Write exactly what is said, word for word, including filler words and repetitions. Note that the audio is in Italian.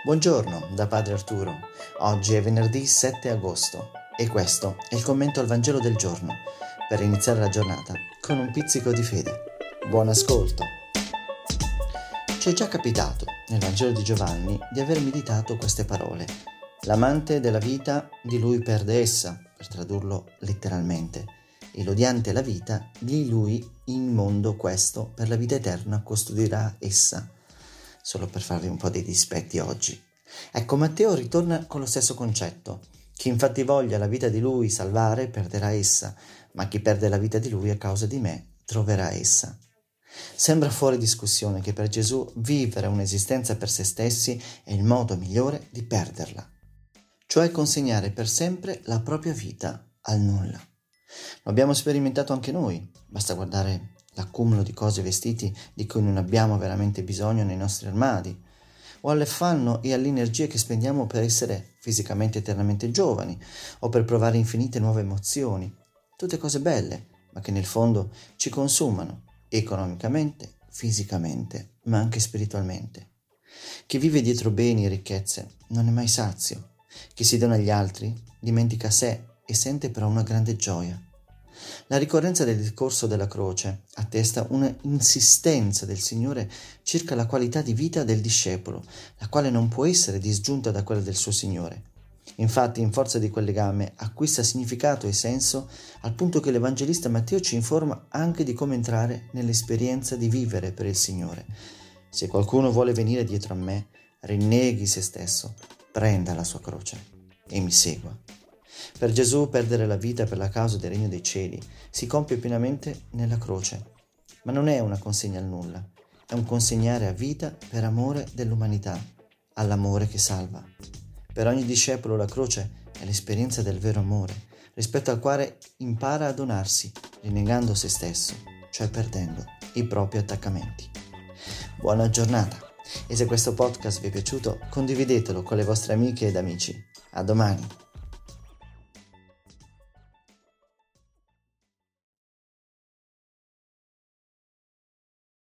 Buongiorno da Padre Arturo. Oggi è venerdì sette agosto e questo è il commento al Vangelo del giorno per iniziare la giornata con un pizzico di fede. Buon ascolto! Ci è già capitato nel Vangelo di Giovanni di aver meditato queste parole. L'amante della vita di lui perde essa, per tradurlo letteralmente, e l'odiante la vita di lui in mondo questo per la vita eterna custodirà essa. Solo per farvi un po' dei dispetti oggi. Ecco, Matteo ritorna con lo stesso concetto. Chi infatti voglia la vita di lui salvare perderà essa, ma chi perde la vita di lui a causa di me troverà essa. Sembra fuori discussione che per Gesù vivere un'esistenza per se stessi è il modo migliore di perderla, cioè consegnare per sempre la propria vita al nulla. Lo abbiamo sperimentato anche noi, basta guardare l'accumulo di cose e vestiti di cui non abbiamo veramente bisogno nei nostri armadi, o all'affanno e all'energia che spendiamo per essere fisicamente eternamente giovani, o per provare infinite nuove emozioni, tutte cose belle, ma che nel fondo ci consumano, economicamente, fisicamente, ma anche spiritualmente. Chi vive dietro beni e ricchezze non è mai sazio, chi si dona agli altri dimentica sé e sente però una grande gioia. La ricorrenza del discorso della croce attesta una insistenza del Signore circa la qualità di vita del discepolo, la quale non può essere disgiunta da quella del suo Signore. Infatti, in forza di quel legame, acquista significato e senso al punto che l'Evangelista Matteo ci informa anche di come entrare nell'esperienza di vivere per il Signore. Se qualcuno vuole venire dietro a me, rinneghi se stesso, prenda la sua croce e mi segua. Per Gesù perdere la vita per la causa del regno dei cieli si compie pienamente nella croce, ma non è una consegna al nulla, è un consegnare a vita per amore dell'umanità, all'amore che salva. Per ogni discepolo la croce è l'esperienza del vero amore, rispetto al quale impara a donarsi, rinnegando se stesso, cioè perdendo i propri attaccamenti. Buona giornata e se questo podcast vi è piaciuto condividetelo con le vostre amiche ed amici. A domani!